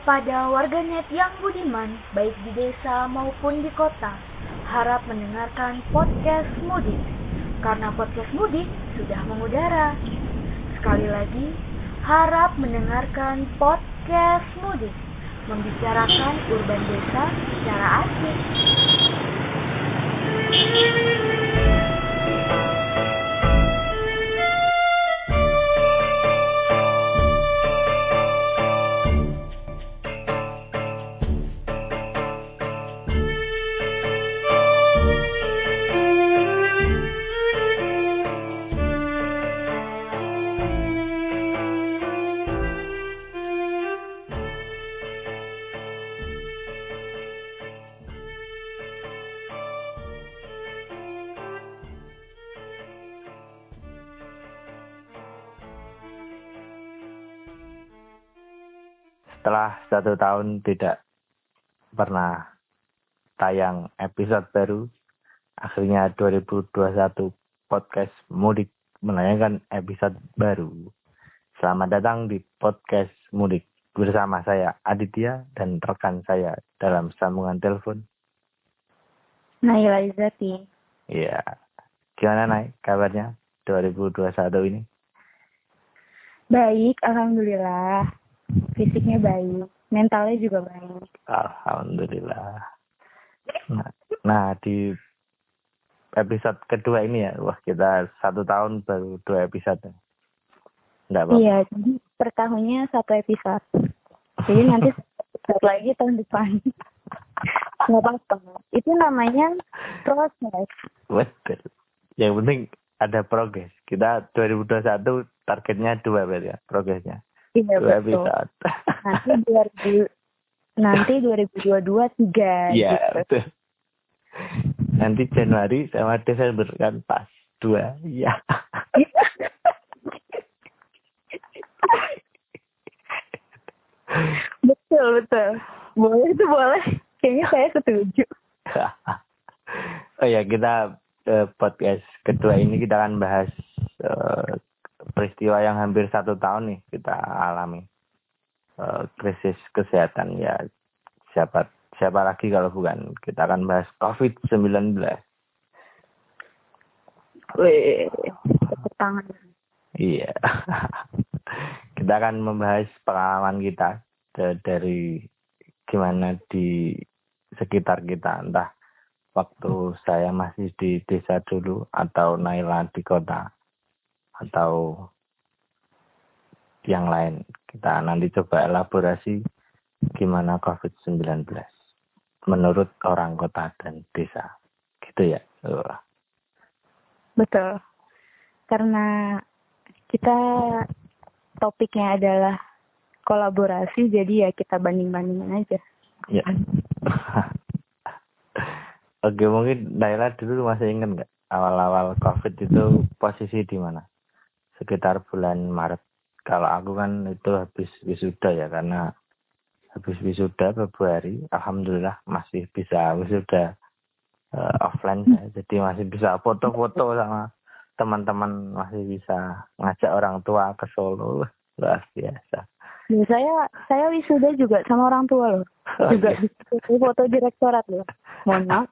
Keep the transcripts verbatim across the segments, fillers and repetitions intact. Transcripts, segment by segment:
Kepada warganet yang budiman, baik di desa maupun di kota, harap mendengarkan podcast Mudik, karena podcast Mudik sudah mengudara. Sekali lagi, harap mendengarkan podcast Mudik, membicarakan urban desa secara asik. Setelah satu tahun tidak pernah tayang episode baru, akhirnya dua ribu dua puluh satu podcast Mudik menayangkan episode baru. Selamat datang di podcast Mudik bersama saya Aditya dan rekan saya dalam sambungan telepon. Naila Izzati. Iya. Gimana Nay kabarnya dua ribu dua puluh satu ini? Baik, alhamdulillah. Fisiknya baik, mentalnya juga baik. Alhamdulillah. Nah, nah di episode kedua ini ya, wah kita satu tahun baru dua episode. Enggak apa-apa. Iya, jadi per tahunnya satu episode. Jadi nanti episode lagi tahun depan. Nggak apa-apa. Itu namanya proses. Betul. Yang penting ada progres. Kita dua ribu dua puluh satu targetnya dua berarti ya, progresnya. Iya, Dua betul. episode. Nanti dua ribu nanti dua ribu dua puluh dua tiga. Iya, gitu. betul. Nanti Januari sama Desember kan pas dua. Iya. Betul, betul. Boleh itu boleh. Kayaknya saya setuju. Oh ya, kita eh, podcast kedua ini kita akan bahas eh, peristiwa yang hampir satu tahun nih kita alami. Eh, krisis kesehatan ya. Siapa siapa lagi kalau bukan kita akan bahas covid sembilan belas. Wih, tepuk tangan. Iya. Kita akan membahas pengalaman kita de- dari gimana di sekitar kita, entah waktu saya masih di desa dulu atau Naila di kota atau yang lain. Kita nanti coba elaborasi gimana covid sembilan belas menurut orang kota dan desa. Gitu ya. Wah. Betul. Karena kita topiknya adalah kolaborasi, jadi ya kita banding-bandingin aja. Ya. Oke, mungkin Naila dulu masih ingat nggak awal-awal COVID itu posisi di mana? Sekitar bulan Maret. Kalau aku kan itu habis wisuda ya, karena habis wisuda Februari, alhamdulillah masih bisa wisuda uh, offline ya. Jadi masih bisa foto-foto sama teman-teman, masih bisa ngajak orang tua ke Solo. Luar biasa. Ya, saya saya wisuda juga sama orang tua loh. Oh, juga iya. di foto direktorat loh. Mohon maaf.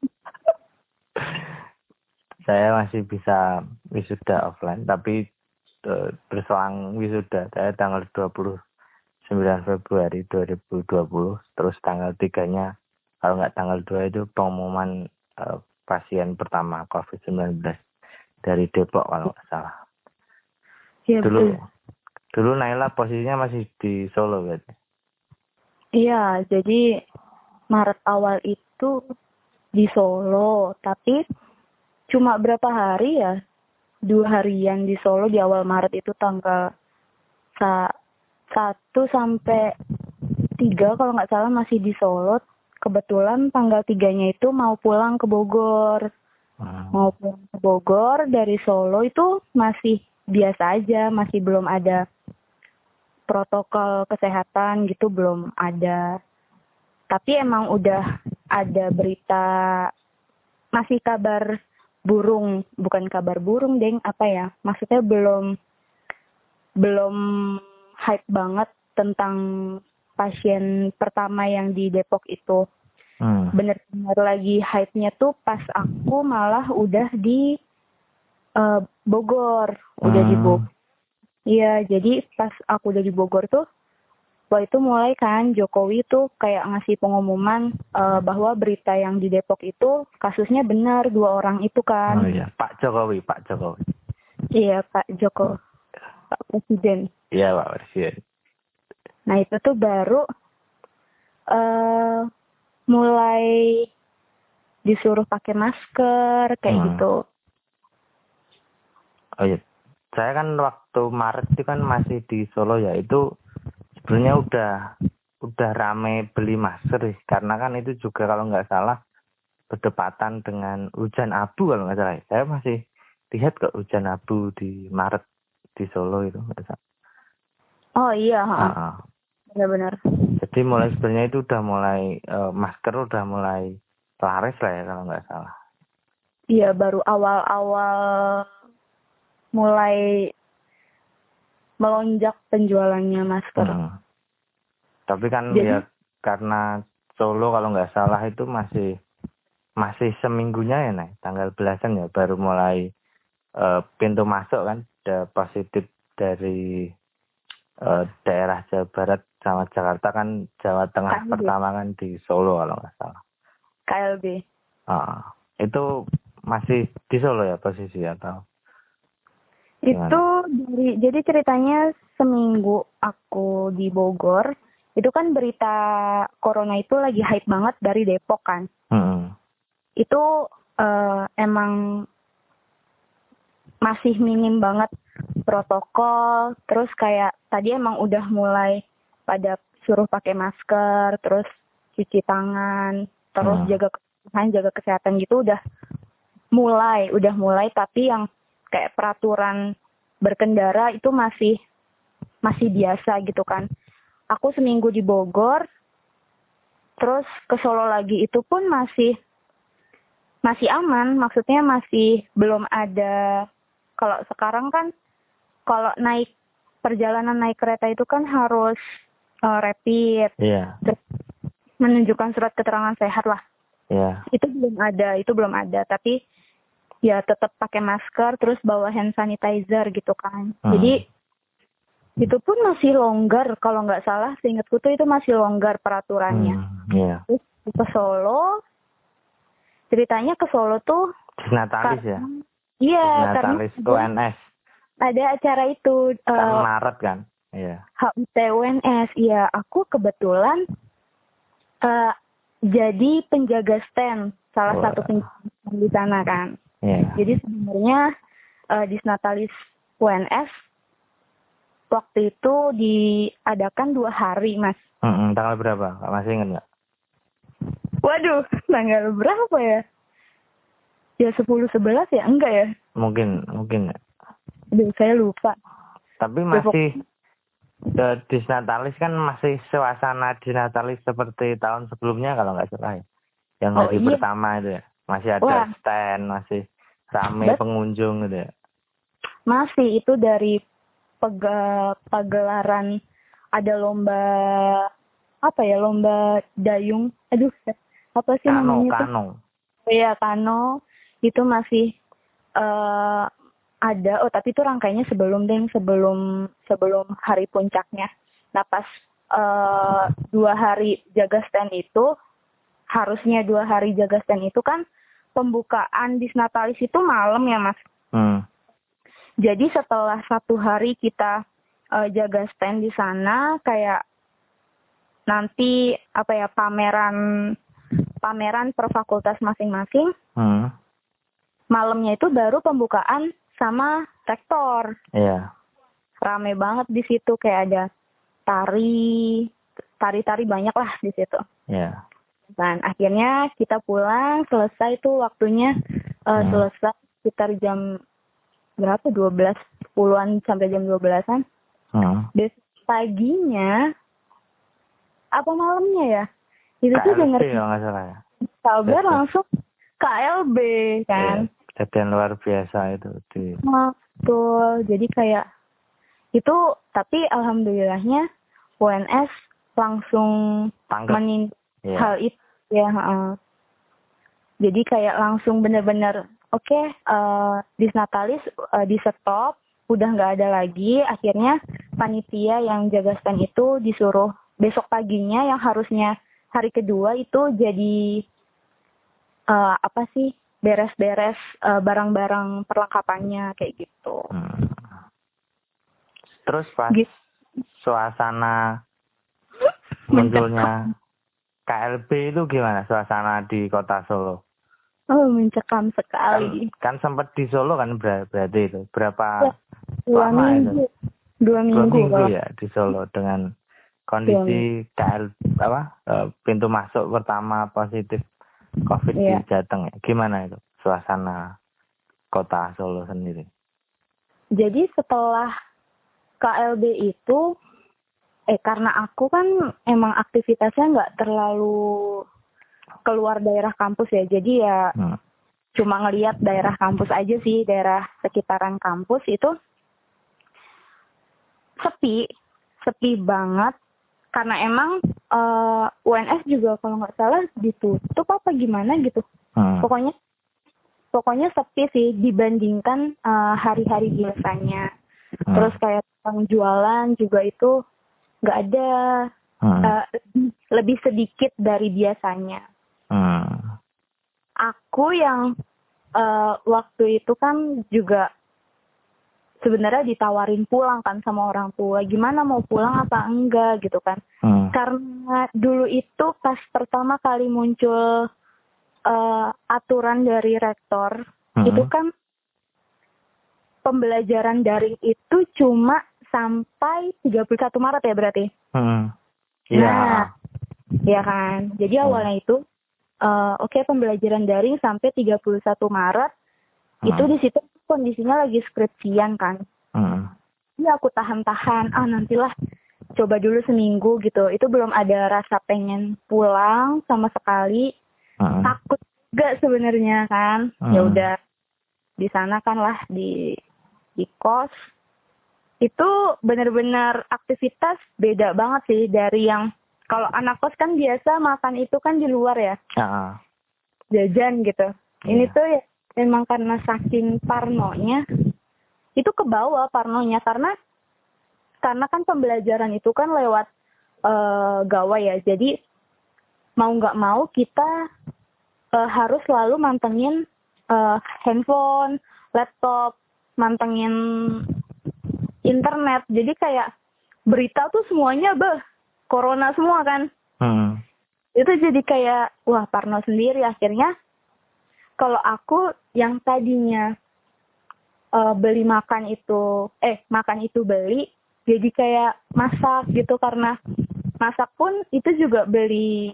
Saya masih bisa wisuda offline, tapi uh, berselang wisuda saya tanggal dua puluh sembilan Februari dua ribu dua puluh, terus tanggal tiga-nya kalau nggak tanggal dua itu pengumuman uh, pasien pertama covid sembilan belas dari Depok kalau nggak salah. Ya, Dulu betul. dulu Naila posisinya masih di Solo berarti. Iya, jadi Maret awal itu di Solo, tapi cuma berapa hari ya? Dua harian di Solo di awal Maret itu tanggal sa- satu sampai tiga kalau nggak salah masih di Solo. Kebetulan tanggal tiganya itu mau pulang ke Bogor. Hmm. Mau pulang ke Bogor dari Solo itu masih biasa aja, masih belum ada protokol kesehatan gitu, belum ada. Tapi emang udah ada berita, masih kabar burung, bukan kabar burung deng, apa ya, maksudnya belum belum hype banget tentang pasien pertama yang di Depok itu. Hmm. Bener-bener lagi hype-nya tuh pas aku malah udah di uh, Bogor, udah Hmm. di Bogor. Iya, jadi pas aku udah di Bogor tuh, waktu itu mulai kan Jokowi tuh kayak ngasih pengumuman uh, bahwa berita yang di Depok itu kasusnya benar dua orang itu kan. Oh iya, Pak Jokowi, Pak Jokowi. Iya, Pak Joko, Pak Presiden. Iya, Pak Presiden. Nah itu tuh baru uh, mulai disuruh pakai masker kayak Hmm. gitu. Oh iya, saya kan waktu Maret itu kan masih di Solo ya, itu sebenarnya udah udah rame beli masker sih, karena kan itu juga kalau nggak salah berdepatan dengan hujan abu kalau nggak salah. Saya masih lihat kok hujan abu di Maret di Solo itu nggak salah. Oh iya, Ah, ah. benar-benar. Jadi mulai sebenarnya itu udah mulai uh, masker udah mulai laris lah ya kalau nggak salah. Iya, baru awal-awal mulai melonjak penjualannya masker. Hmm. Tapi kan Jadi, ya karena Solo kalau nggak salah itu masih masih seminggunya ya nih, tanggal belasan ya baru mulai uh, pintu masuk kan ada positif dari uh, daerah Jawa Barat sama Jakarta kan, Jawa Tengah K L B. pertama kan di Solo kalau nggak salah. K L B. Ah, itu masih di Solo ya posisi atau? Gimana? Itu dari jadi ceritanya seminggu aku di Bogor, itu kan berita corona itu lagi hype banget dari Depok kan. Hmm. Itu uh, emang masih minim banget protokol, terus kayak tadi emang udah mulai pada suruh pakai masker, terus cuci tangan, terus Hmm. jaga kesehatan, jaga kesehatan gitu udah mulai, udah mulai tapi yang kayak peraturan berkendara itu masih masih biasa gitu kan. Aku seminggu di Bogor, terus ke Solo lagi itu pun masih masih aman, maksudnya masih belum ada. Kalau sekarang kan kalau naik perjalanan naik kereta itu kan harus uh, rapid, Iya. terus menunjukkan surat keterangan sehat lah. Iya. Itu belum ada, itu belum ada. Tapi ya tetap pakai masker, terus bawa hand sanitizer gitu kan. Hmm. Jadi itu pun masih longgar, kalau nggak salah, seingatku tuh itu masih longgar peraturannya. Hmm. Iya. Terus ke Solo, ceritanya ke Solo tuh Disnatalis ya. Iya, Disnatalis karena U N S. ada acara itu Kan uh, Maret kan. Iya. H U T U N S. Iya, aku kebetulan uh, jadi penjaga stand, salah Wah. satu penjaga stand di sana kan. Iya. Jadi sebenarnya uh, Disnatalis U N S waktu itu diadakan dua hari, Mas. Hmm, tanggal berapa? Kak masih ingat nggak? Waduh, tanggal berapa ya? Ya sepuluh sebelas ya? Enggak ya? Mungkin, mungkin ya. Aduh, saya lupa. Tapi masih the Disnatalis kan masih suasana Disnatalis seperti tahun sebelumnya kalau nggak salah ya. Yang Oh, hari iya. pertama itu ya. Masih ada Wah. stand, masih rame Bet- pengunjung gitu ya. Masih itu dari pega- pagelaran ada lomba apa ya, lomba dayung. Aduh, apa sih Kano, namanya tuh? kano. Iya, kano. Itu masih uh, ada. Oh, tapi itu rangkainya sebelum deh, sebelum sebelum hari puncaknya. Nah, pas uh, dua hari jaga stand itu, harusnya dua hari jaga stand itu kan pembukaan Disnatalis itu malam ya, Mas. Hmm. Jadi setelah satu hari kita uh, jaga stand di sana, kayak nanti apa ya, pameran pameran per fakultas masing-masing. Hmm. Malamnya itu baru pembukaan sama rektor. Iya. Rame banget di situ, kayak ada tari, tari-tari banyak lah di situ. Iya. Dan akhirnya kita pulang, selesai tuh waktunya uh, Hmm. selesai sekitar jam berapa? dua belas sepuluhan sampai jam dua belasan. Hmm. Besok paginya apa malamnya ya? Itu tuh K L B denger kalau nggak salah ya. kabar Betul. langsung K L B kan. Iya. Kejadian luar biasa itu di. Betul. Jadi kayak itu, tapi alhamdulillahnya U N S langsung menin yeah. hal itu ya. Uh. Jadi kayak langsung bener-bener oke okay, uh, disnatalis uh, di stop, udah nggak ada lagi. Akhirnya panitia yang jaga stand itu disuruh besok paginya yang harusnya hari kedua itu jadi uh, apa sih beres-beres uh, barang-barang perlengkapannya kayak gitu. Hmm. Terus pas gitu. Suasana munculnya K L B itu gimana suasana di kota Solo? Oh, mencekam sekali. Kan, kan sempat di Solo kan ber- berarti itu berapa ya, dua lama minggu. itu? Dua minggu. Dua minggu ya di Solo dengan kondisi K L apa pintu masuk pertama positif COVID ya. Di Jateng. Gimana itu suasana kota Solo sendiri? Jadi setelah K L B itu, eh karena aku kan emang aktivitasnya nggak terlalu keluar daerah kampus ya, jadi ya hmm. cuma ngelihat daerah kampus aja sih, daerah sekitaran kampus itu sepi, sepi banget karena emang uh, U N S juga kalau nggak salah ditutup apa gimana gitu, hmm. pokoknya pokoknya sepi sih dibandingkan uh, hari-hari biasanya. Hmm. Terus kayak tukang jualan juga itu nggak ada, hmm. uh, lebih sedikit dari biasanya. Hmm. Aku yang uh, waktu itu kan juga sebenarnya ditawarin pulang kan sama orang tua, gimana mau pulang apa enggak gitu kan. Hmm. Karena dulu itu pas pertama kali muncul uh, aturan dari rektor, hmm. itu kan pembelajaran daring itu cuma sampai tiga puluh satu Maret ya berarti. Hmm. Yeah. Nah, ya kan. Jadi hmm. awalnya itu Uh, oke okay, pembelajaran daring sampai tiga puluh satu Maret. Hmm. Itu di situ kondisinya lagi skripsian kan. Hmm. Ya aku tahan-tahan, ah nantilah coba dulu seminggu gitu. Itu belum ada rasa pengen pulang sama sekali. Hmm. Takut juga sebenarnya kan. Hmm. Ya udah di sana kan lah di di kos. Itu benar-benar aktivitas beda banget sih dari yang kalau anak kos kan biasa makan itu kan di luar ya, uh-huh. jajan gitu. Yeah. Ini tuh ya, memang karena saking parnonya, itu ke bawah parnonya karena karena kan pembelajaran itu kan lewat uh, gawai ya. Jadi mau nggak mau kita uh, harus selalu mantengin uh, handphone, laptop, mantengin internet. Jadi kayak berita tuh semuanya beh. Corona semua kan, hmm. itu jadi kayak wah parno sendiri. Akhirnya kalau aku yang tadinya uh, beli makan itu, eh makan itu beli, jadi kayak masak gitu karena masak pun itu juga beli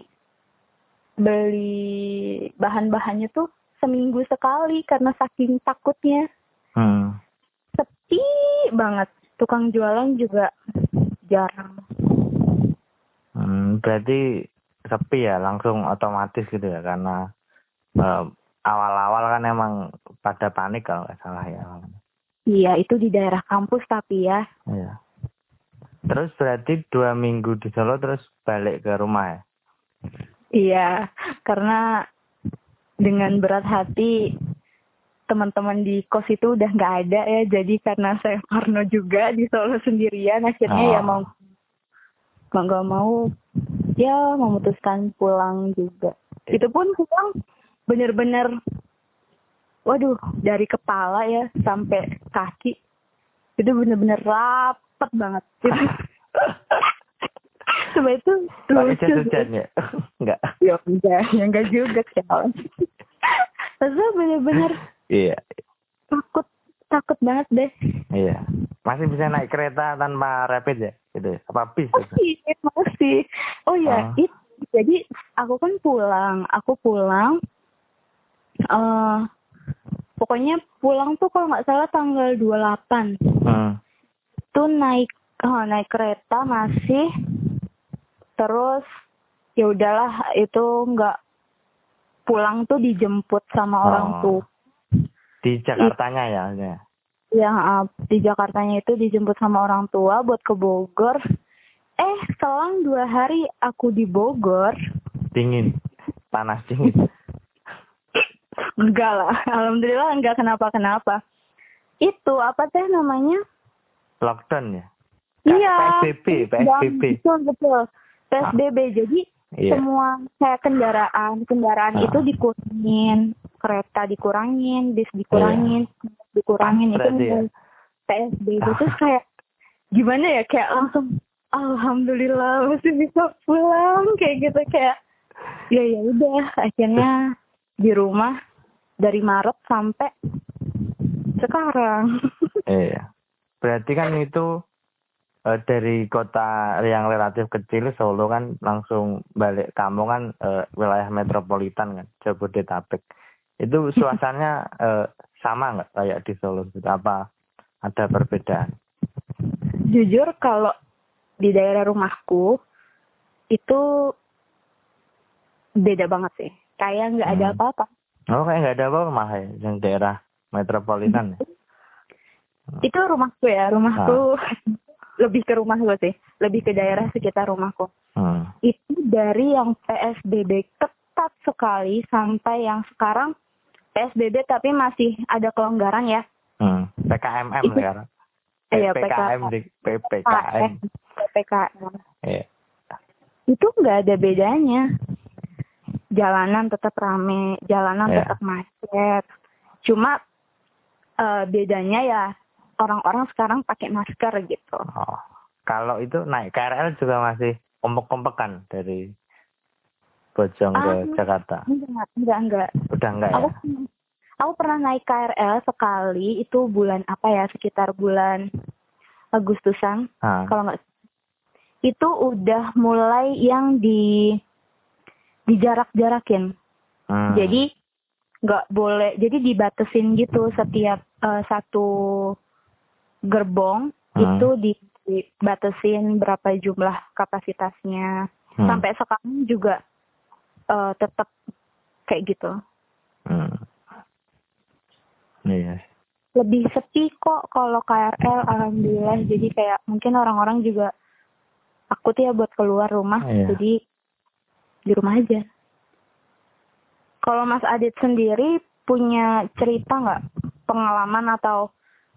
beli bahan-bahannya tuh seminggu sekali karena saking takutnya. Hmm. Sepi banget, tukang jualan juga jarang. Hmm, berarti sepi ya, langsung otomatis gitu ya, karena uh, awal-awal kan emang pada panik kalau nggak salah ya. Iya, itu di daerah kampus tapi ya. Iya. Terus berarti dua minggu di Solo terus balik ke rumah ya? Iya, karena dengan berat hati teman-teman di kos itu udah nggak ada ya, jadi karena saya parno juga di Solo sendirian, akhirnya oh. ya mau mau nggak mau ya memutuskan pulang juga. Itu pun pulang bener-bener waduh dari kepala ya sampai kaki itu bener-bener rapet banget. Coba itu pakai jas hujan ya? Enggak. Ya enggak, ya enggak juga jalan. Terus bener-bener iya. takut takut banget deh. Iya. Masih bisa naik kereta tanpa rapid ya? Gitu. Apa bis? Masih, masih. Oh ya, oh. itu jadi aku kan pulang, aku pulang. Uh, pokoknya pulang tuh kalau nggak salah tanggal dua puluh delapan. Hmm. Tuh naik, oh, naik kereta masih. Terus ya udahlah itu nggak pulang tuh dijemput sama oh. orang tuh. Di Jakartanya ya? Ya, di Jakartanya itu dijemput sama orang tua buat ke Bogor. Eh, selang dua hari aku di Bogor. Dingin, panas dingin. Enggak lah, alhamdulillah enggak kenapa-kenapa. Itu apa teh namanya? Lockdown ya? Iya. P S B B, P S B B. Betul, betul. P S B B. Ah. Jadi iya. Semua kayak kendaraan, kendaraan ah. itu dikurangin, kereta dikurangin, bis dikurangin, iya. dikurangin. Itu ya? P S B B. Terus kayak gimana ya? Kayak langsung alhamdulillah masih bisa pulang kayak gitu, kayak ya ya udah akhirnya di rumah dari Maret sampai sekarang. Iya. Berarti kan itu uh, dari kota yang relatif kecil Solo kan langsung balik kamu kan uh, wilayah metropolitan kan Jabodetabek. Itu suasananya uh, sama nggak kayak di Solo? Apa ada perbedaan? Jujur kalau di daerah rumahku itu beda banget sih. Kayak nggak ada hmm. apa-apa. Oh, kayak nggak ada apa-apa malah ya, yang daerah metropolitan ya? Itu rumahku ya, rumahku ah. lebih ke rumah gue sih, lebih ke daerah sekitar rumahku. Hmm. Itu dari yang P S B B ketat sekali sampai yang sekarang P S B B tapi masih ada kelonggaran ya. Hmm. P K M M itu, sekarang. Iya, P K M di P P K M. P K M. Iya. Itu nggak ada bedanya. Jalanan tetap rame, jalanan yeah. tetap macet. Cuma uh, bedanya ya orang-orang sekarang pakai masker gitu. Oh. Kalau itu naik K R L juga masih kompek-kompekan dari Bojong ah, ke Jakarta? Enggak, enggak, enggak. Udah enggak ya? Aku, aku pernah naik K R L sekali, itu bulan apa ya, sekitar bulan Agustusan. Ah. Kalau enggak, itu udah mulai yang di dijarak-jarakin. Hmm. Jadi nggak boleh, jadi dibatesin gitu setiap uh, satu gerbong hmm. itu dibatesin berapa jumlah kapasitasnya. Hmm. Sampai sekarang juga uh, tetap kayak gitu. Hmm. Yes. Lebih sepi kok kalau K R L, alhamdulillah. Jadi kayak mungkin orang-orang juga takut ya buat keluar rumah, yeah. jadi di rumah aja. Kalau Mas Adit sendiri punya cerita nggak, pengalaman atau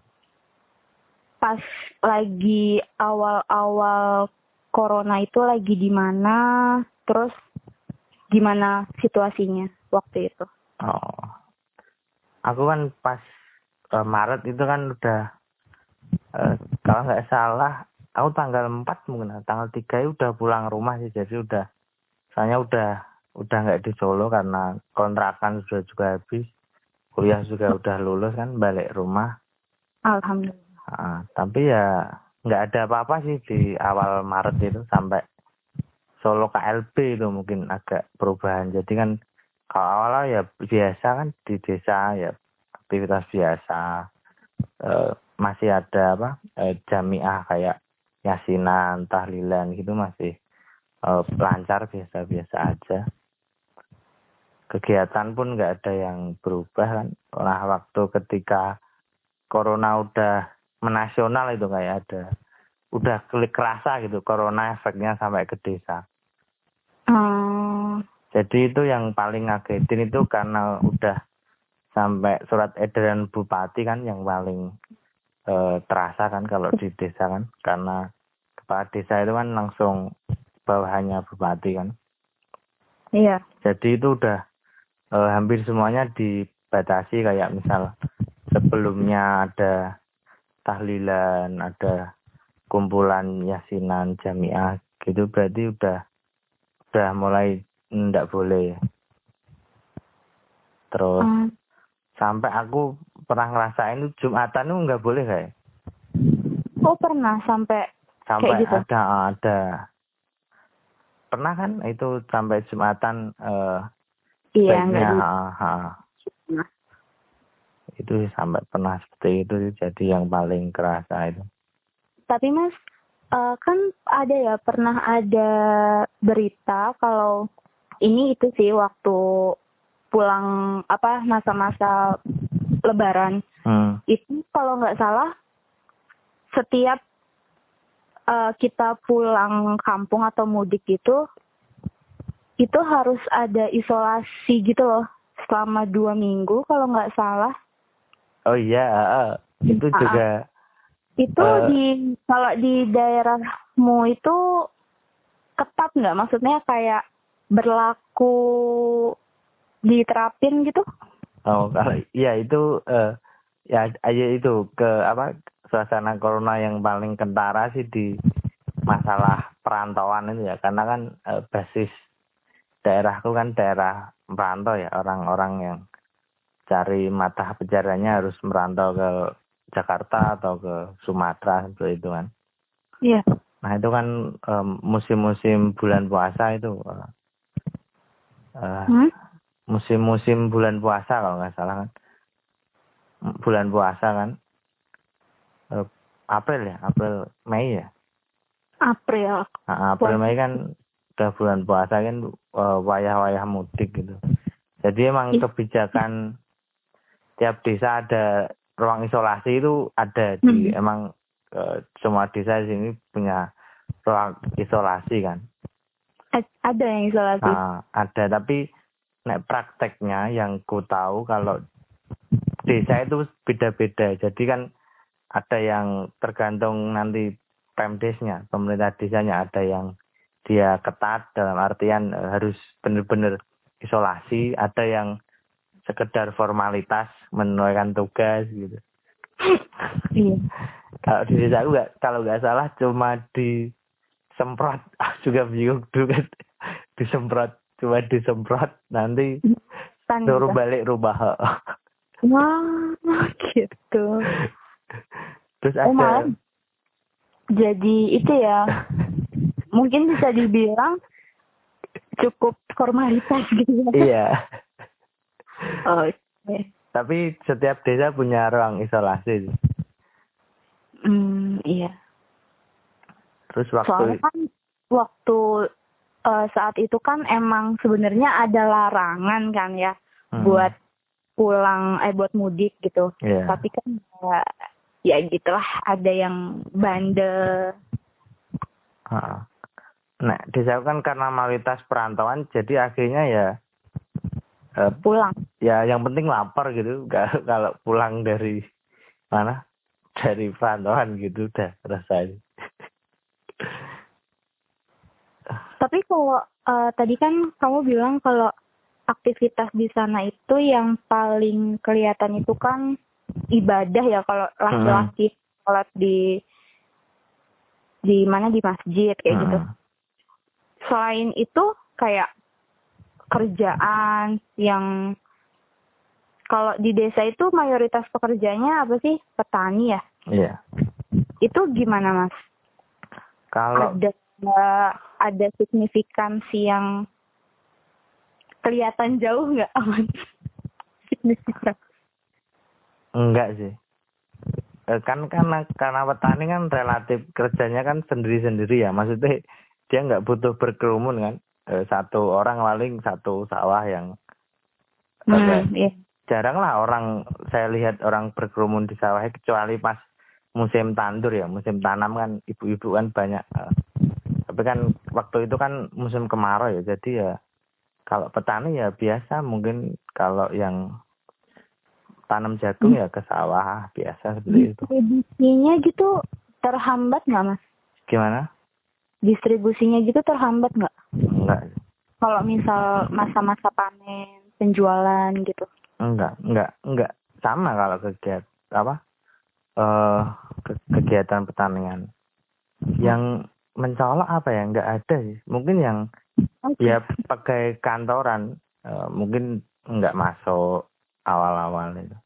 pas lagi awal-awal corona itu lagi di mana, terus gimana situasinya waktu itu? Oh, aku kan pas uh, Maret itu kan udah uh, kalau nggak salah, aku tanggal empat mungkin, tanggal tiga ya udah pulang rumah sih, jadi udah soalnya udah udah nggak di Solo karena kontrakan sudah juga habis, kuliah juga udah lulus kan, balik rumah. Alhamdulillah. Nah, tapi ya nggak ada apa-apa sih di awal Maret itu sampai Solo K L B itu mungkin agak perubahan. Jadi kan kalau awal ya biasa kan di desa ya aktivitas biasa, e, masih ada apa e, jamiah kayak yasinan, tahlilan gitu masih Uh, lancar biasa-biasa aja. Kegiatan pun nggak ada yang berubah kan. Nah waktu ketika corona udah menasional itu kayak ada, udah klik kerasa gitu corona efeknya sampai ke desa. Hmm. Jadi itu yang paling ngagetin itu karena udah sampai surat edaran bupati kan yang paling uh, terasa kan kalau di desa kan, karena kepala desa itu kan langsung bawahannya bupati kan. Iya. Jadi itu udah eh, hampir semuanya dibatasi, kayak misal sebelumnya ada tahlilan, ada kumpulan yasinan jamiah gitu, berarti udah udah mulai ndak boleh. Terus hmm. sampai aku pernah ngerasain itu Jumatan itu nggak boleh kayak. Oh pernah sampai sampai kayak gitu? ada ada pernah kan itu sampai Jumatan uh, iya enggak ha, ha. Nah. Itu sampai pernah seperti itu, jadi yang paling kerasa itu. Tapi Mas uh, kan ada ya, pernah ada berita kalau ini itu sih waktu pulang apa masa-masa Lebaran hmm. itu kalau nggak salah setiap uh, kita pulang kampung atau mudik gitu, itu harus ada isolasi gitu loh selama dua minggu kalau nggak salah. Oh iya, uh, itu uh, juga. Itu uh, di kalau di daerahmu itu ketat nggak? Maksudnya kayak berlaku diterapin gitu? Oh kalau iya itu uh, ya aja itu ke apa suasana corona yang paling kentara sih di masalah perantauan itu ya, karena kan uh, basis daerahku kan daerah merantau ya, orang-orang yang cari mata pencariannya harus merantau ke Jakarta atau ke Sumatera seperti itu kan. Iya. Yeah. Nah itu kan um, musim-musim bulan puasa itu uh, uh, hmm? musim-musim bulan puasa kalau nggak salah kan, bulan puasa kan, uh, April ya, April Mei ya. April. Nah, April Mei kan udah bulan puasa kan, uh, wayah-wayah mudik gitu. Jadi emang yeah. kebijakan tiap desa ada ruang isolasi itu ada di hmm. emang uh, semua desa di sini punya ruang isolasi kan. Ada yang isolasi. Nah, ada, tapi nek prakteknya yang ku tahu kalau desa itu beda-beda. Jadi kan ada yang tergantung nanti Pemdesnya, pemerintah desanya, ada yang dia ketat dalam artian uh, harus benar-benar isolasi, ada yang sekedar formalitas menunaikan tugas gitu. Iya. Kalau di desa aku nggak, kalau nggak salah cuma disemprot, juga bingung dulu kan, disemprot, cuma disemprot nanti Tan suruh gitu. Balik rumah. Wah, gitu. Terus oh, ada. Malam. Jadi itu ya, mungkin bisa dibilang cukup formalitas gitu. Iya. Oh, okay. Tapi setiap desa punya ruang isolasi. Hmm, iya. Terus waktu Soalnya kan waktu uh, saat itu kan emang sebenarnya ada larangan kan ya hmm. buat pulang eh buat mudik gitu. Yeah. Tapi kan ya, ya gitulah, ada yang bandel. Uh, nah, desa kan karena mayoritas perantauan, jadi akhirnya ya uh, pulang. Ya yang penting lapar gitu. Kalau pulang dari mana? Dari perantauan gitu udah rasanya. Tapi kalau uh, tadi kan kamu bilang kalau aktivitas di sana itu yang paling kelihatan itu kan ibadah ya, kalau laki-laki sholat di di mana di masjid kayak hmm. gitu. Selain itu kayak kerjaan yang kalau di desa itu mayoritas pekerjaannya apa sih? Petani ya? Iya. Itu gimana, Mas? Kalau ada ada signifikansi yang kelihatan jauh nggak, aman? Signifikan? Enggak sih. Kan karena karena petani kan relatif kerjanya kan sendiri-sendiri ya. Maksudnya dia nggak butuh berkerumun kan. Satu orang paling satu sawah yang hmm, iya. Jarang lah orang saya lihat orang berkerumun di sawah, kecuali pas musim tandur ya, musim tanam kan ibu-ibu kan banyak. Tapi kan waktu itu kan musim kemarau ya, jadi ya kalau petani ya biasa, mungkin kalau yang tanam jagung ya ke sawah biasa seperti itu. Distribusinya gitu terhambat nggak, Mas? Gimana? Distribusinya gitu terhambat nggak? Enggak. Kalau misal masa-masa panen, penjualan gitu? Enggak, enggak, enggak sama kalau kegiatan apa? Eh ke, kegiatan pertanian. Yang mencolok apa ya? Enggak ada sih. Mungkin yang okay. ya pakai kantoran, uh, mungkin enggak masuk awal-awal itu.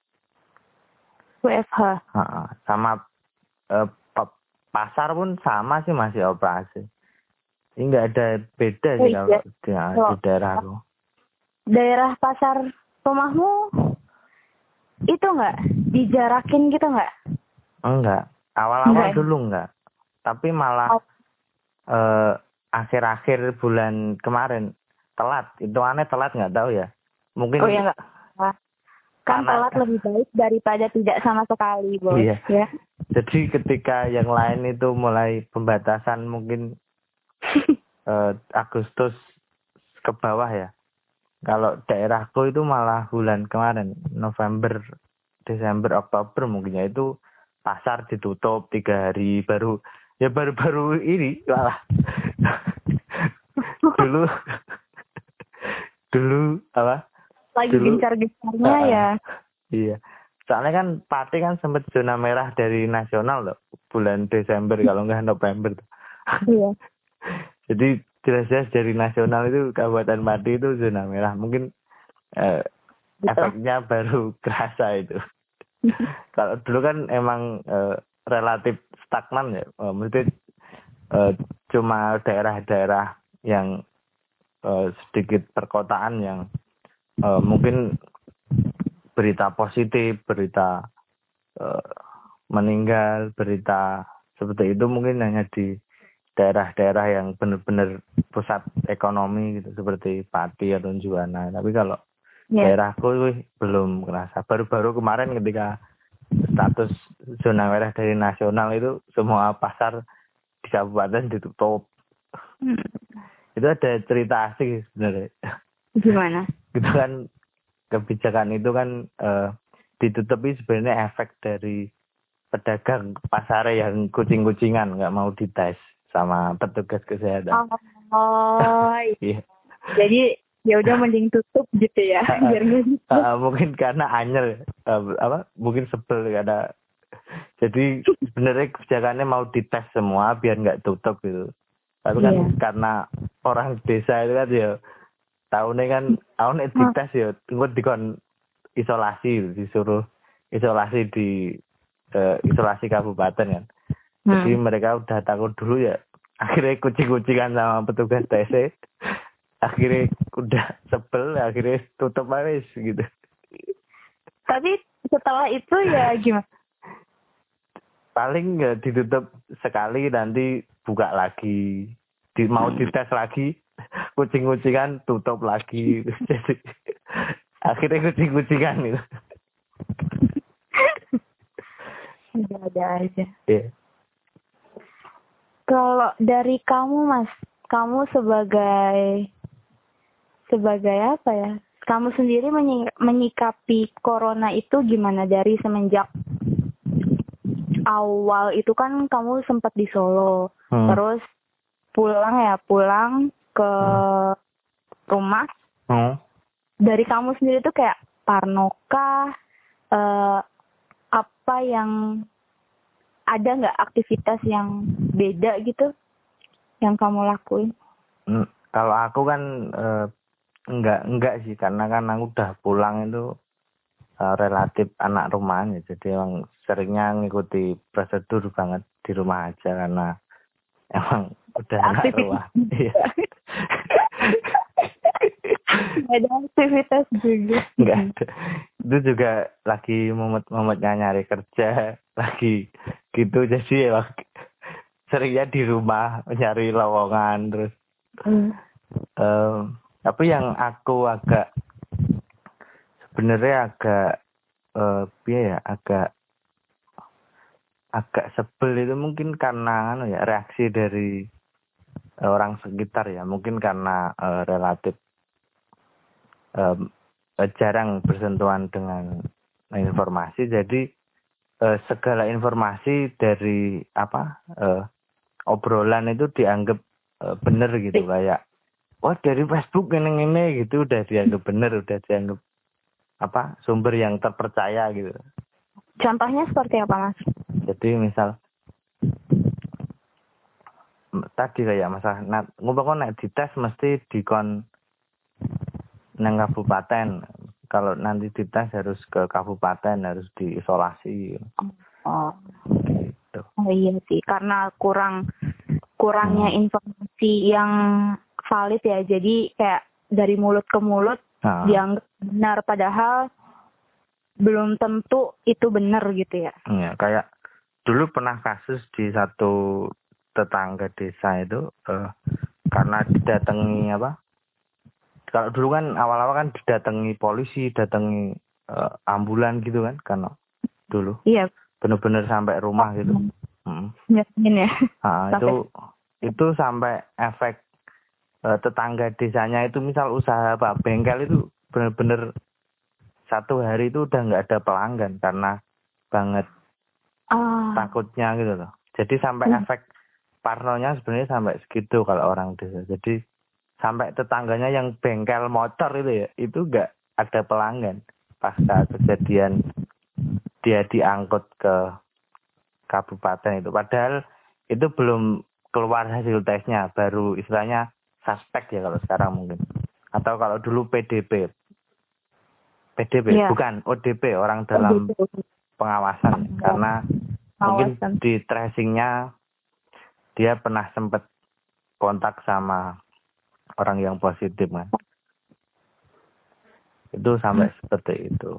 W F H. Ha-ha. Sama uh, pasar pun sama sih, masih operasi. Ini enggak ada beda sih oh, kalau iya. di, di daerahku. Daerah pasar rumahmu itu enggak dijarakin gitu enggak? Enggak. Awal-awal enggak. Dulu enggak. Tapi malah oh. eh, akhir-akhir bulan kemarin telat. Itu aneh telat, nggak tahu ya. Mungkin. Oh ya enggak. Nah, kan Karena- telat lebih baik daripada tidak sama sekali, Bos. Iya. Ya. Jadi ketika yang lain itu mulai pembatasan mungkin eh, Agustus ke bawah ya. Kalau daerahku itu malah bulan kemarin November, Desember, Oktober mungkin ya itu pasar ditutup tiga hari baru ya baru-baru ini malah dulu dulu apa Lagi Dulu- gencar-gencarnya Ah, ya. iya. Soalnya kan Pati kan sempat zona merah dari nasional loh bulan Desember kalau nggak November tuh. Iya. Jadi jelas-jelas dari nasional itu Kabupaten Pati itu zona merah. Mungkin eh, Betul. efeknya baru kerasa itu. Kalau dulu kan emang eh, relatif stagnan ya. Eh, maksudnya eh, cuma daerah-daerah yang eh, sedikit perkotaan yang eh, mungkin berita positif, berita eh, meninggal, berita seperti itu mungkin hanya di daerah-daerah yang benar-benar pusat ekonomi gitu seperti Pati atau Juwana. Tapi kalau Ya. daerahku wih, belum kerasa. Baru-baru kemarin ketika status zona merah dari nasional itu semua pasar di kabupaten ditutup. Hmm. Itu ada cerita asik sebenarnya. Gimana? Gitu kan kebijakan itu kan eh, ditutupi sebenarnya efek dari pedagang pasar yang kucing-kucingan nggak mau dites sama petugas kesehatan. Oh, Iya. jadi ya udah mending tutup gitu ya, biar nggak gitu. Uh, mungkin karena anyer uh, apa mungkin sebel karena jadi sebenarnya kebijakannya mau dites semua biar nggak tutup gitu. Tapi kan Iya. karena orang desa itu kan ya tahunnya kan tahun dites ya tunggu dikon isolasi disuruh isolasi di uh, isolasi kabupaten kan. Jadi Hmm. mereka udah takut dulu ya. Akhirnya kucing-kucingan sama petugas T C. Akhirnya udah sebel, akhirnya tutup aja gitu. Tapi setelah itu ya gimana? Paling ya ditutup sekali nanti buka lagi. Di, mau dites lagi, kucing-kucingan tutup lagi. Jadi akhirnya kucing-kucingan gitu. Ada-ada aja. Iya. Kalau dari kamu, Mas, kamu sebagai sebagai apa ya? Kamu sendiri menyi- menyikapi corona itu gimana dari semenjak awal itu kan kamu sempat di Solo, Hmm. terus pulang ya pulang ke rumah. Hmm. Dari kamu sendiri tuh kayak parno kah? Eh, apa yang ada nggak aktivitas yang beda gitu yang kamu lakuin? Hmm. Kalau aku kan eh, enggak enggak sih karena kan aku udah pulang itu eh, relatif anak rumahan ya, jadi emang seringnya ngikuti prosedur banget di rumah aja karena emang udah anak Aktivitas. rumah. Iya. Nggak ada aktivitas juga. Enggak ada. Itu juga lagi mumet-mumetnya nyari kerja, lagi gitu jadi emang seringnya di rumah nyari lowongan terus. Hmm. Um, tapi yang aku agak sebenarnya agak uh, ya agak agak sebel itu mungkin karena anu ya reaksi dari uh, orang sekitar ya, mungkin karena uh, relatif um, uh, jarang bersentuhan dengan informasi, jadi uh, segala informasi dari apa uh, obrolan itu dianggap uh, benar gitu, kayak wah dari Facebook ini ini gitu udah dianggap benar, udah dianggap apa sumber yang terpercaya gitu. Contohnya seperti apa, Mas? Jadi misal tadi kayak masalah nah, ngomong nek dites mesti dikon nang kabupaten. Kalau nanti dites harus ke kabupaten, harus diisolasi. Oh, Gitu. oh iya sih, karena kurang kurangnya informasi yang valid ya. Jadi kayak dari mulut ke mulut Nah, dianggap benar padahal belum tentu itu benar gitu ya. ya, kayak dulu pernah kasus di satu tetangga desa itu eh, karena didatangi apa? Kalau dulu kan awal-awal kan didatangi polisi, datangi uh, ambulan gitu kan karena dulu. Iya. Bener-bener sampai rumah gitu. Hmm. Yakin ya. Nah, itu itu sampai efek uh, tetangga desanya itu misal usaha apa bengkel itu bener-bener satu hari itu udah nggak ada pelanggan karena banget Ah. takutnya gitu loh. Jadi sampai hmm. efek parnonya sebenarnya sampai segitu kalau orang desa. Jadi sampai tetangganya yang bengkel motor itu ya, itu nggak ada pelanggan pasca kejadian dia diangkut ke kabupaten itu. Padahal itu belum keluar hasil tesnya, baru istilahnya suspek ya kalau sekarang mungkin. Atau kalau dulu P D P. P D P yeah. Bukan O D P, orang dalam pengawasan. Karena mungkin di tracingnya dia pernah sempat kontak sama orang yang positif kan. Itu sampai hmm. seperti itu.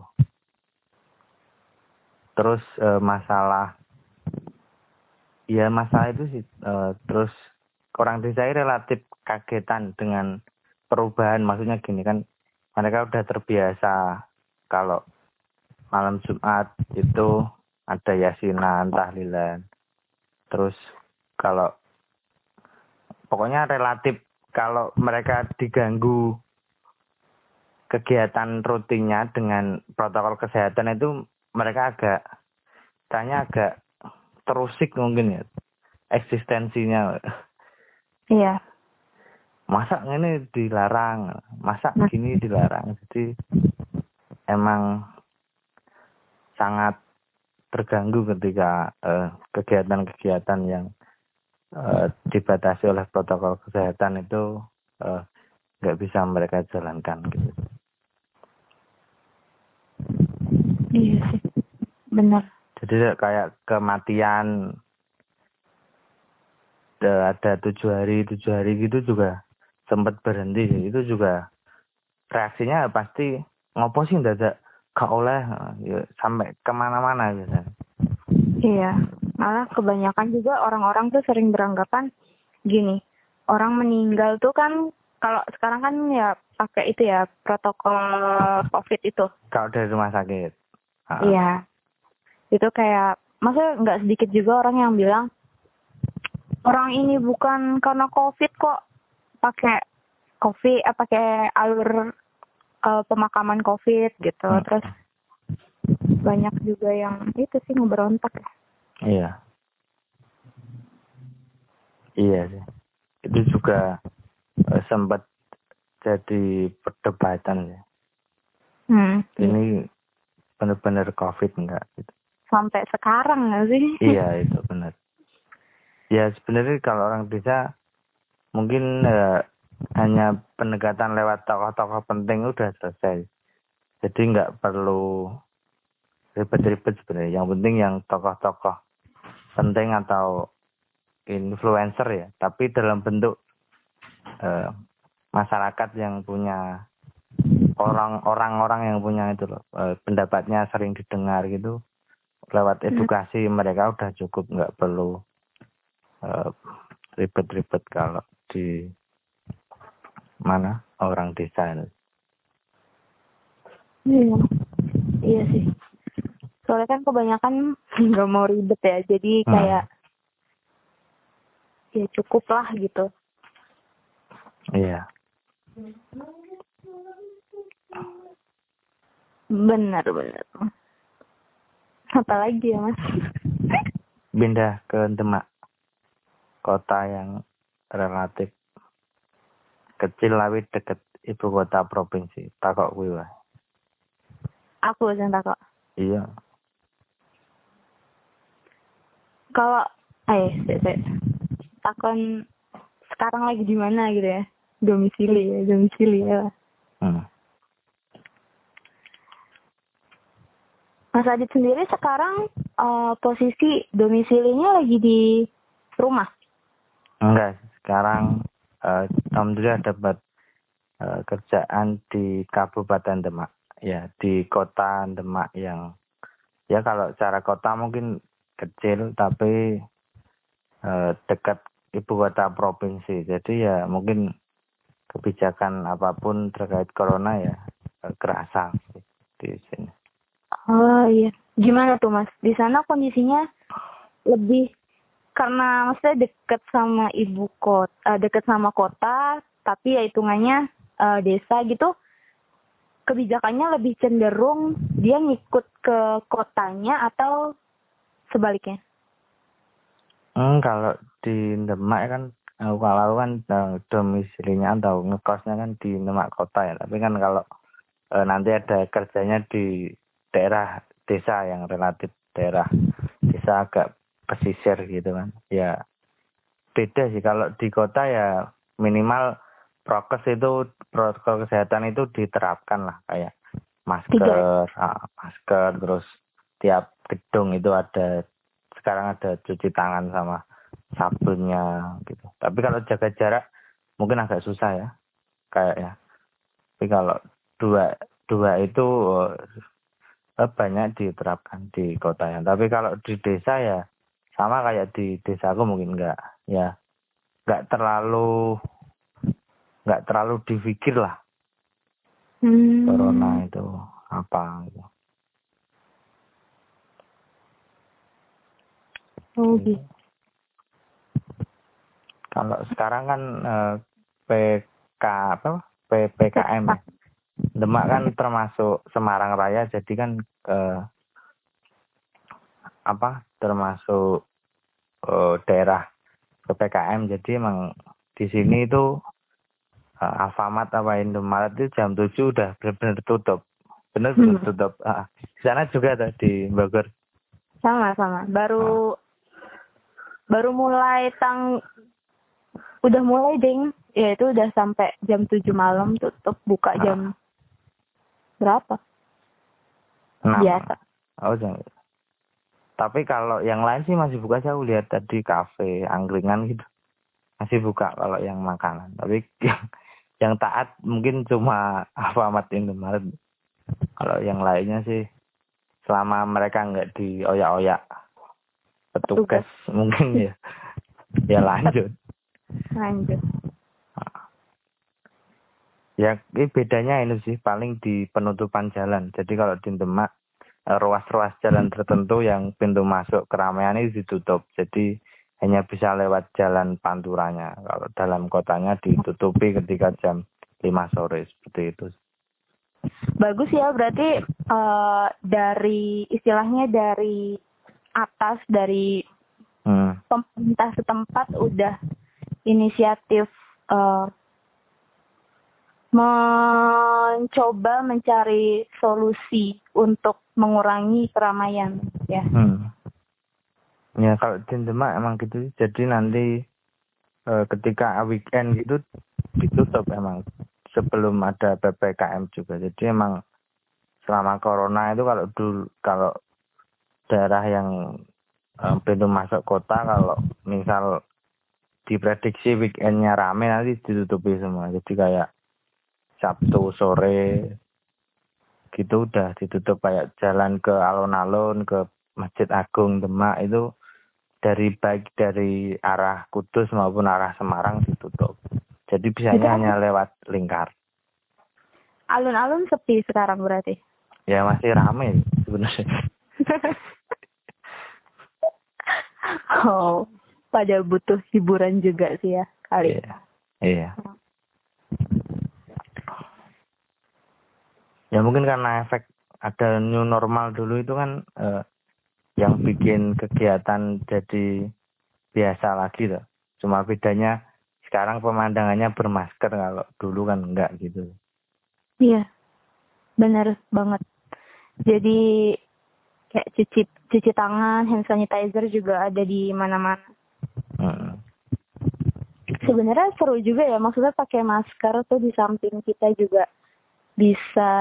Terus e, masalah ya masalah itu sih e, terus orang desa relatif kagetan dengan perubahan. Maksudnya gini kan, mereka udah terbiasa kalau malam Jumat itu ada yasinan, tahlilan. Terus kalau pokoknya relatif kalau mereka diganggu kegiatan rutinnya dengan protokol kesehatan itu mereka agak tanya agak terusik mungkin ya eksistensinya. Iya. Masa ini dilarang, masa gini dilarang. Jadi emang sangat terganggu ketika eh, kegiatan-kegiatan yang eh, dibatasi oleh protokol kesehatan itu nggak eh, bisa mereka jalankan gitu. Iya sih, benar. Jadi kayak kematian ada tujuh hari tujuh hari gitu juga sempat berhenti. Itu juga reaksinya pasti ngopo sih ndadak gak oleh ya, sampai kemana-mana gitu. Iya, malah kebanyakan juga orang-orang tuh sering beranggapan gini, orang meninggal tuh kan kalau sekarang kan ya pakai itu ya protokol COVID itu. Kalau dari rumah sakit. Iya, itu kayak masa nggak sedikit juga orang yang bilang orang ini bukan karena COVID kok pakai COVID, eh, pakai alur uh, pemakaman COVID gitu. Hmm. Terus banyak juga yang itu sih ngeberontak. Iya, iya sih. Itu juga uh, sempat jadi perdebatan ya. Hmm, ini iya. Benar-benar COVID enggak gitu. Sampai sekarang nggak sih? Iya itu benar. Ya sebenarnya kalau orang desa mungkin eh, hanya pendekatan lewat tokoh-tokoh penting udah selesai. Jadi nggak perlu ribet-ribet sebenarnya. Yang penting yang tokoh-tokoh penting atau influencer ya. Tapi dalam bentuk eh, masyarakat yang punya orang-orang yang punya itu loh eh, pendapatnya sering didengar gitu. Lewat edukasi hmm. mereka udah cukup, nggak perlu uh, ribet-ribet kalau di mana orang desa itu. Iya, iya sih. Soalnya kan kebanyakan nggak mau ribet ya, jadi kayak hmm. ya cukup lah gitu. Iya. Benar benar. Apalagi ya mas? Pindah ke Demak, kota yang relatif kecil tapi dekat ibu kota provinsi. Takok kuwi wae. Aku sing takok. Iya. Kalau eh sik takon sekarang lagi di mana gitu ya? Domisili ya, domisili ya. Hmm. Mas Adit sendiri sekarang uh, posisi domisilinya lagi di rumah? Enggak, sekarang uh, alhamdulillah dapat uh, kerjaan di Kabupaten Demak. Ya, di kota Demak yang ya kalau secara kota mungkin kecil tapi uh, dekat ibu kota provinsi. Jadi ya mungkin kebijakan apapun terkait corona ya uh, kerasa di sini. Oh iya. Gimana tuh Mas? Di sana kondisinya lebih karena maksudnya deket sama ibu kota, deket sama kota, tapi ya hitungannya uh, desa gitu. Kebijakannya lebih cenderung dia ngikut ke kotanya atau sebaliknya? Hmm, kalau di Demak kan, aku kalau kan uh, domisilinya atau ngekosnya kan di Demak kota ya. Tapi kan kalau uh, nanti ada kerjanya di daerah desa yang relatif daerah desa agak pesisir gitu kan. Ya beda sih, kalau di kota ya minimal prokes itu, protokol kesehatan itu diterapkan lah, kayak masker, ah, masker, terus tiap gedung itu ada, sekarang ada cuci tangan sama sabunnya gitu. Tapi kalau jaga jarak mungkin agak susah ya, kayaknya. Tapi kalau dua dua itu eh, banyak diterapkan di kota ya. Tapi kalau di desa ya sama kayak di desaku, mungkin enggak ya, enggak terlalu nggak terlalu dipikir lah Hmm. corona itu apa gitu. Oh gitu. Kalau sekarang kan eh, P K apa P P K M ya. Demak kan termasuk Semarang Raya, jadi kan eh, apa termasuk eh, daerah P P K M. Jadi emang di sini itu eh, Alfamart apa Indomaret itu jam tujuh udah benar-benar tutup. Benar-benar Hmm. tutup. Ah, di sana juga ada di Bogor. Sama-sama. Baru ah. baru mulai tang udah mulai ding. Ya itu udah sampai jam tujuh malam tutup, buka ah. jam berapa? Nah, biasa. Oh, jam. Tapi kalau yang lain sih masih buka, saya lihat tadi kafe, angkringan gitu. Masih buka kalau yang makanan. Tapi yang, yang taat mungkin cuma Alfamart, Indomaret. Kalau yang lainnya sih selama mereka nggak dioyak-oyak petugas, mungkin ya ya lanjut. Lanjut. Ya, ini bedanya ini sih paling di penutupan jalan. Jadi kalau di Demak ruas-ruas jalan tertentu yang pintu masuk keramaian itu ditutup. Jadi hanya bisa lewat jalan panturanya. Kalau dalam kotanya ditutupi ketika jam lima sore, seperti itu. Bagus ya, berarti uh, dari istilahnya dari atas, dari hmm. pemerintah setempat udah inisiatif uh, mencoba mencari solusi untuk mengurangi keramaian ya. Hmm. Ya kalau di Demak emang gitu. Jadi nanti e, ketika weekend gitu ditutup emang sebelum ada P P K M juga. Jadi emang selama corona itu kalau dulu kalau daerah yang e, pintu masuk kota, kalau misal diprediksi weekendnya rame nanti ditutupi semua. Jadi kayak Sabtu sore gitu udah ditutup, kayak jalan ke alun-alun, ke Masjid Agung Demak itu dari baik dari arah Kudus maupun arah Semarang ditutup. Jadi bisanya hanya lewat lingkar. Alun-alun sepi sekarang berarti? Ya masih ramai sebenarnya. Oh, pada butuh hiburan juga sih ya kali. Iya. Iya. Ya mungkin karena efek ada new normal dulu itu kan eh, yang bikin kegiatan jadi biasa lagi loh. Cuma bedanya sekarang pemandangannya bermasker, kalau dulu kan enggak gitu. Iya, benar banget. Jadi kayak cuci cuci tangan, hand sanitizer juga ada di mana-mana. Hmm. Sebenarnya seru juga ya, maksudnya pakai masker tuh di samping kita juga bisa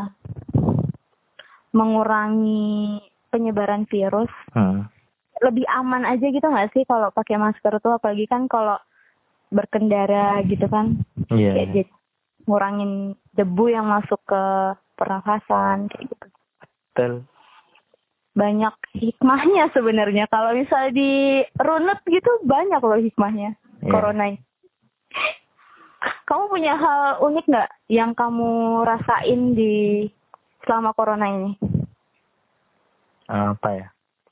mengurangi penyebaran virus. Hmm. Lebih aman aja gitu nggak sih kalau pakai masker tuh, apalagi kan kalau berkendara gitu kan. Iya. Kayak jadi ngurangin debu yang masuk ke pernafasan kayak gitu. Betul. Banyak hikmahnya sebenarnya. Kalau misal di runut gitu banyak loh hikmahnya. Yeah. Corona. Kamu punya hal unik nggak yang kamu rasain di selama corona ini? apa ya?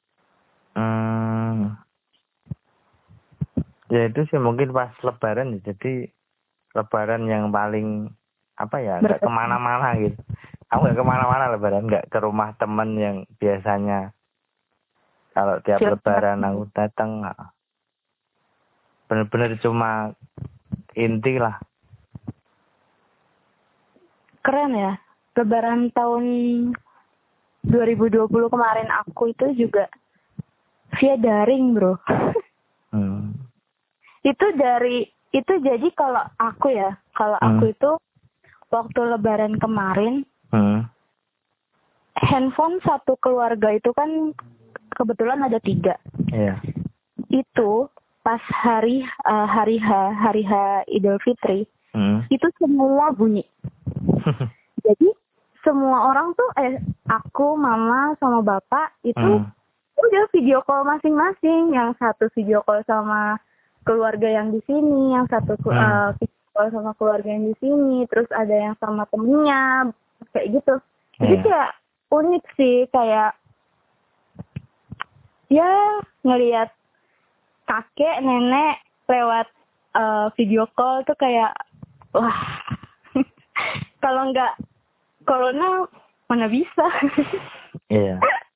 Hmm, ya itu sih mungkin pas Lebaran ya. Jadi Lebaran yang paling apa ya? Nggak Berkesan. kemana-mana gitu. Aku nggak kemana-mana Lebaran, nggak ke rumah temen yang biasanya kalau tiap Siap- Lebaran aku datang. Nggak. Bener-bener cuma inti lah. Keren ya. Lebaran tahun dua ribu dua puluh kemarin aku itu juga via daring, Bro. Hmm. Itu dari itu jadi kalau aku ya, kalau Hmm. aku itu waktu Lebaran kemarin, Hmm. handphone satu keluarga itu kan kebetulan ada tiga. Iya. Itu pas hari uh, hari H hari H Idul Fitri, Hmm. itu semua bunyi. Jadi semua orang tuh eh aku, mama sama bapak itu Hmm. udah video call masing-masing. Yang satu video call sama keluarga yang di sini, yang satu Hmm. uh, video call sama keluarga yang di sini, terus ada yang sama temennya, kayak gitu. Jadi Iya. kayak unik sih, kayak ya ngelihat kakek nenek lewat uh, video call tuh kayak wah. Kalau nggak corona mana bisa. Iya.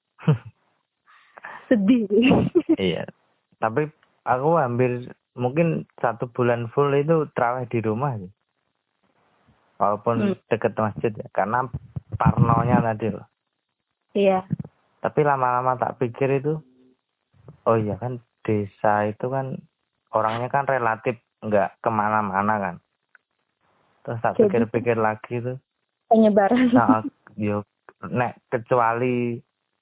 Sedih. Iya. Tapi aku hampir mungkin satu bulan full itu terawih di rumah sih. Walaupun Hmm. deket masjid ya. Karena parnonya tadi loh. Iya. Tapi lama-lama tak pikir itu, oh iya kan desa itu kan orangnya kan relatif nggak kemana-mana kan. Terus tak Jadi pikir-pikir lagi tuh, penyebaran. nah yuk nek kecuali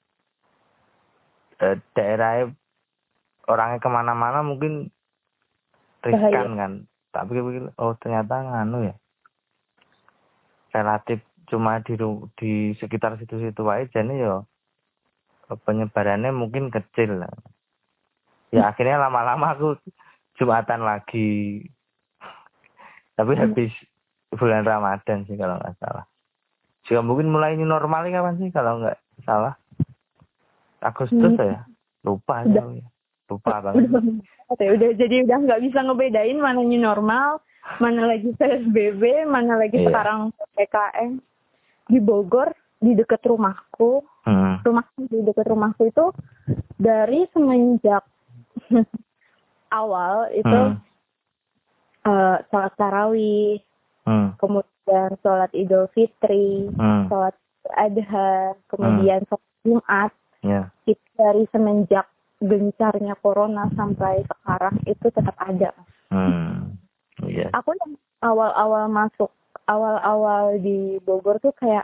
eh, daerah orangnya kemana-mana mungkin riskan kan. Tak pikir-pikir, oh ternyata nganu ya. Relatif cuma di ru- di sekitar situ-situ aja nih yo. Penyebarannya mungkin kecil lah. Ya akhirnya lama-lama aku Jumatan lagi. Tapi habis bulan Ramadan sih kalau nggak salah. Juga mungkin mulai ini normal kapan sih kalau nggak salah? Agustus Hmm. ya? Lupa Udah. ya. Lupa banget. Udah, udah, udah jadi udah nggak bisa ngebedain mana new normal, mana lagi P S B B, mana lagi Iya. sekarang P P K M. Di Bogor, di dekat rumahku, Hmm. rumahku di dekat rumahku itu dari semenjak awal itu Hmm. uh, sholat tarawih, Hmm. kemudian sholat Idul Fitri, Hmm. sholat Adha, kemudian sholat Jumat. Ya. Itu dari semenjak gencarnya corona sampai sekarang itu tetap ada. Hmm. Iya. Aku yang awal-awal masuk, awal-awal di Bogor tuh kayak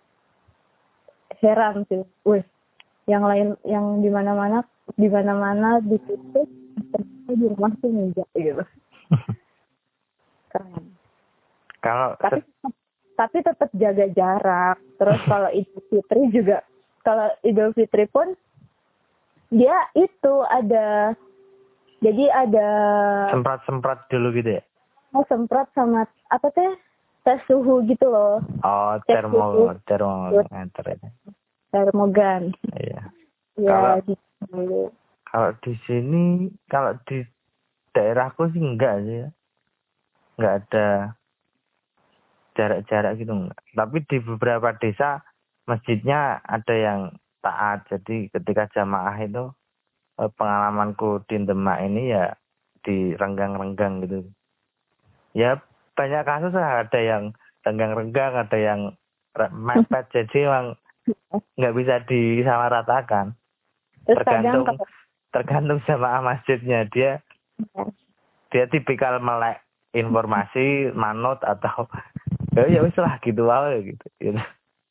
heran sih. Wih, yang lain, yang di mana-mana, di mana-mana ditutup, ternyata di rumah tuh enggak gitu. Keren. Kalau Tapi se- tapi tetap jaga jarak. Terus kalau Idul Fitri juga, kalau Idul Fitri pun dia itu ada, jadi ada semprot-semprot dulu gitu ya? mau semprot sama apa teh tes suhu gitu loh, Oh, Cek termo suhu. termometer itu. termogan. Iya. Ya Kalau- gitu. Kalau di sini, kalau di daerahku sih enggak sih ya. Enggak ada jarak-jarak gitu enggak. Tapi di beberapa desa masjidnya ada yang taat. Jadi ketika jamaah itu eh, pengalamanku di Demak ini ya di renggang-renggang gitu. Ya banyak kasus lah, ada yang renggang-renggang, ada yang re- mepet. Jadi emang nggak bisa disamaratakan. Terus Tergantung kadang kalau tergantung jamaah masjidnya, dia dia tipikal melek informasi manut atau ya ya wis lah gitu aja gitu, gitu.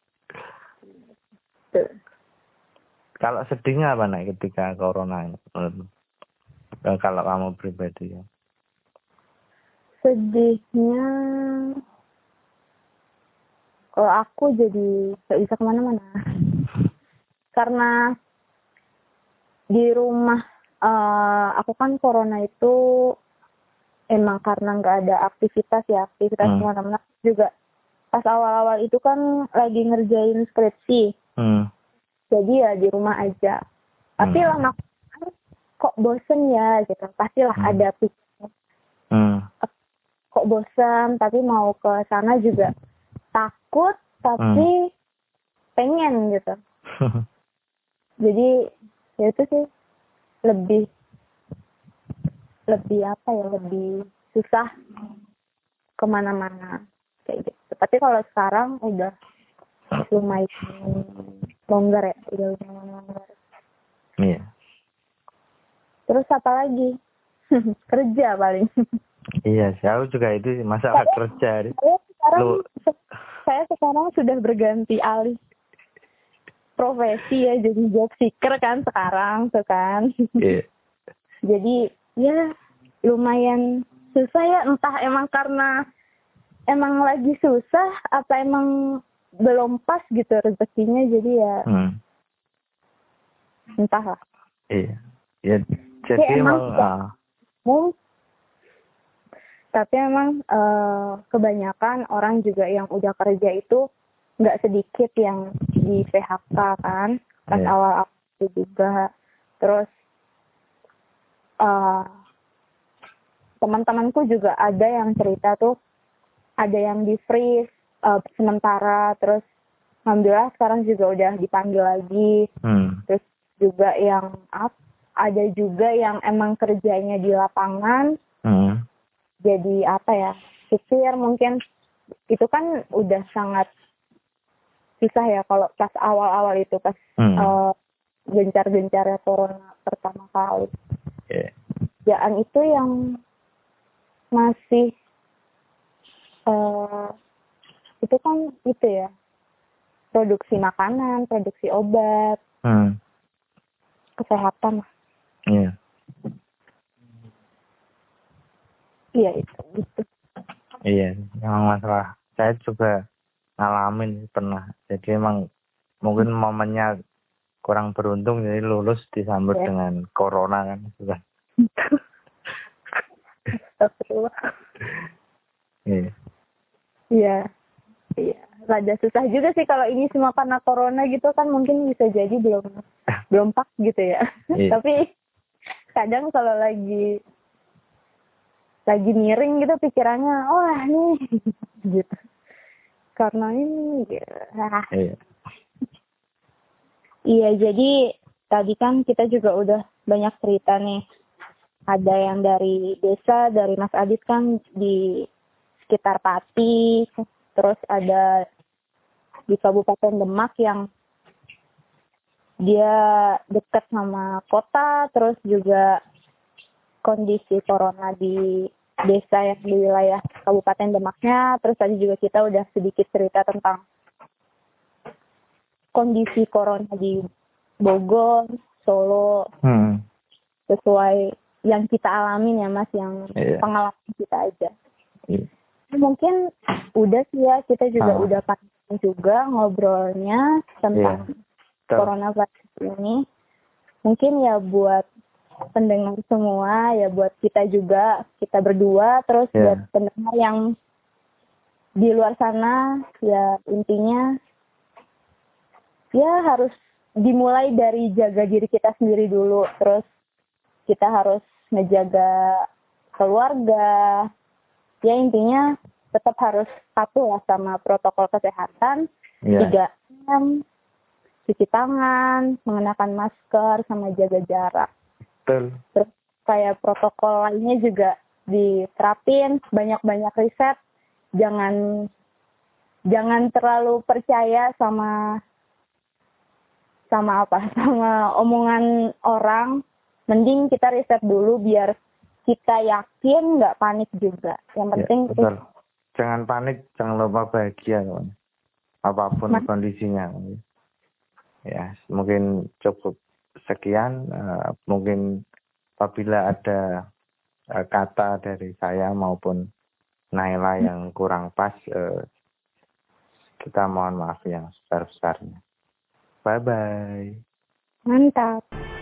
Kalau sedihnya apa nih ketika corona ini menurutmu? Eh, kalau kamu pribadi ya. sedihnya kalau aku jadi nggak bisa kemana-mana karena di rumah eh, aku kan corona itu emang karena nggak ada aktivitas ya aktivitas Hmm. kemana-mana juga pas awal-awal itu kan lagi ngerjain skripsi Hmm. jadi ya di rumah aja. Tapi Hmm. lama kok bosen ya gitu, pastilah Hmm. ada pikir Hmm. kok bosen, tapi mau ke sana juga takut, tapi pengen gitu. Jadi ya itu sih lebih lebih apa ya, lebih susah kemana-mana kayak gitu. Tapi kalau sekarang udah lumayan longgar ya, udah lumayan longgar. Iya. Terus apa lagi? Kerja paling. Iya, sih, aku juga itu sih, masalah Saya- kerja. Ri. Saya sekarang Lu- saya sekarang sudah berganti alih profesi ya, jadi job seeker kan sekarang tuh kan. Iya. Jadi ya lumayan susah ya, entah emang karena emang lagi susah apa emang belum pas gitu rezekinya, jadi ya Hmm. entahlah. Iya. Ya, jadi Ya, emang emang, tidak. ah, Hmm, tapi emang eh, kebanyakan orang juga yang udah kerja itu nggak sedikit yang di P H K kan pas Iya. awal-awal itu juga. Terus eh, teman-temanku juga ada yang cerita tuh, ada yang di freeze eh, sementara, terus alhamdulillah sekarang juga udah dipanggil lagi. hmm. Terus juga yang up, ada juga yang emang kerjanya di lapangan, Hmm. jadi apa ya, supir mungkin. Itu kan udah sangat susah ya kalau pas awal-awal itu, pas Hmm. eh, gencar-gencarnya corona pertama kali. Iya. Kerjaan itu yang masih eh, itu kan itu ya, produksi makanan, produksi obat, Hmm. kesehatan. Iya. Iya itu gitu. Iya, emang masalah. Saya juga ngalamin pernah. Jadi emang mungkin momennya kurang beruntung, jadi lulus disambut Ya. dengan corona kan. Sudah. Astagfirullah. Iya. Iya, iya. Rada susah juga sih kalau ini semua karena corona gitu kan, mungkin bisa jadi belum belum pas gitu ya. Iya. Tapi kadang kalau lagi lagi miring gitu pikirannya, wah nih gitu. Karena ini, ah. Iya. Iya, jadi tadi kan kita juga udah banyak cerita nih. Ada yang dari desa, dari Mas Adit kan di sekitar Pati, terus ada di Kabupaten Demak yang dia dekat sama kota, terus juga kondisi corona di desa yang di wilayah Kabupaten Demaknya. Terus tadi juga kita udah sedikit cerita tentang kondisi corona di Bogor, Solo, Hmm. sesuai yang kita alamin ya Mas, yang Iya. pengalaman kita aja. Iya. Mungkin udah sih ya, kita juga Ah. udah panjang juga ngobrolnya tentang Iya. Betul. coronavirus ini. Mungkin ya buat pendengar semua, ya buat kita juga, kita berdua, terus Iya. buat pendengar yang di luar sana, ya intinya ya harus dimulai dari jaga diri kita sendiri dulu. Terus kita harus ngejaga keluarga. Ya intinya tetap harus patuh lah sama protokol kesehatan. Iya. tiga M, cuci tangan, mengenakan masker, sama jaga jarak. Betul. Terus kayak protokol lainnya juga diterapin, banyak-banyak riset. Jangan jangan terlalu percaya sama sama apa? Sama omongan orang. Mending kita riset dulu biar kita yakin, nggak panik juga. Yang penting Ya, betul. Jangan panik, jangan lupa bahagia, teman. Apapun Mas- kondisinya. Ya, mungkin cukup sekian. Uh, mungkin apabila ada uh, kata dari saya maupun Naila yang kurang pas, uh, kita mohon maaf yang sebesar-besarnya. Bye-bye. Mantap.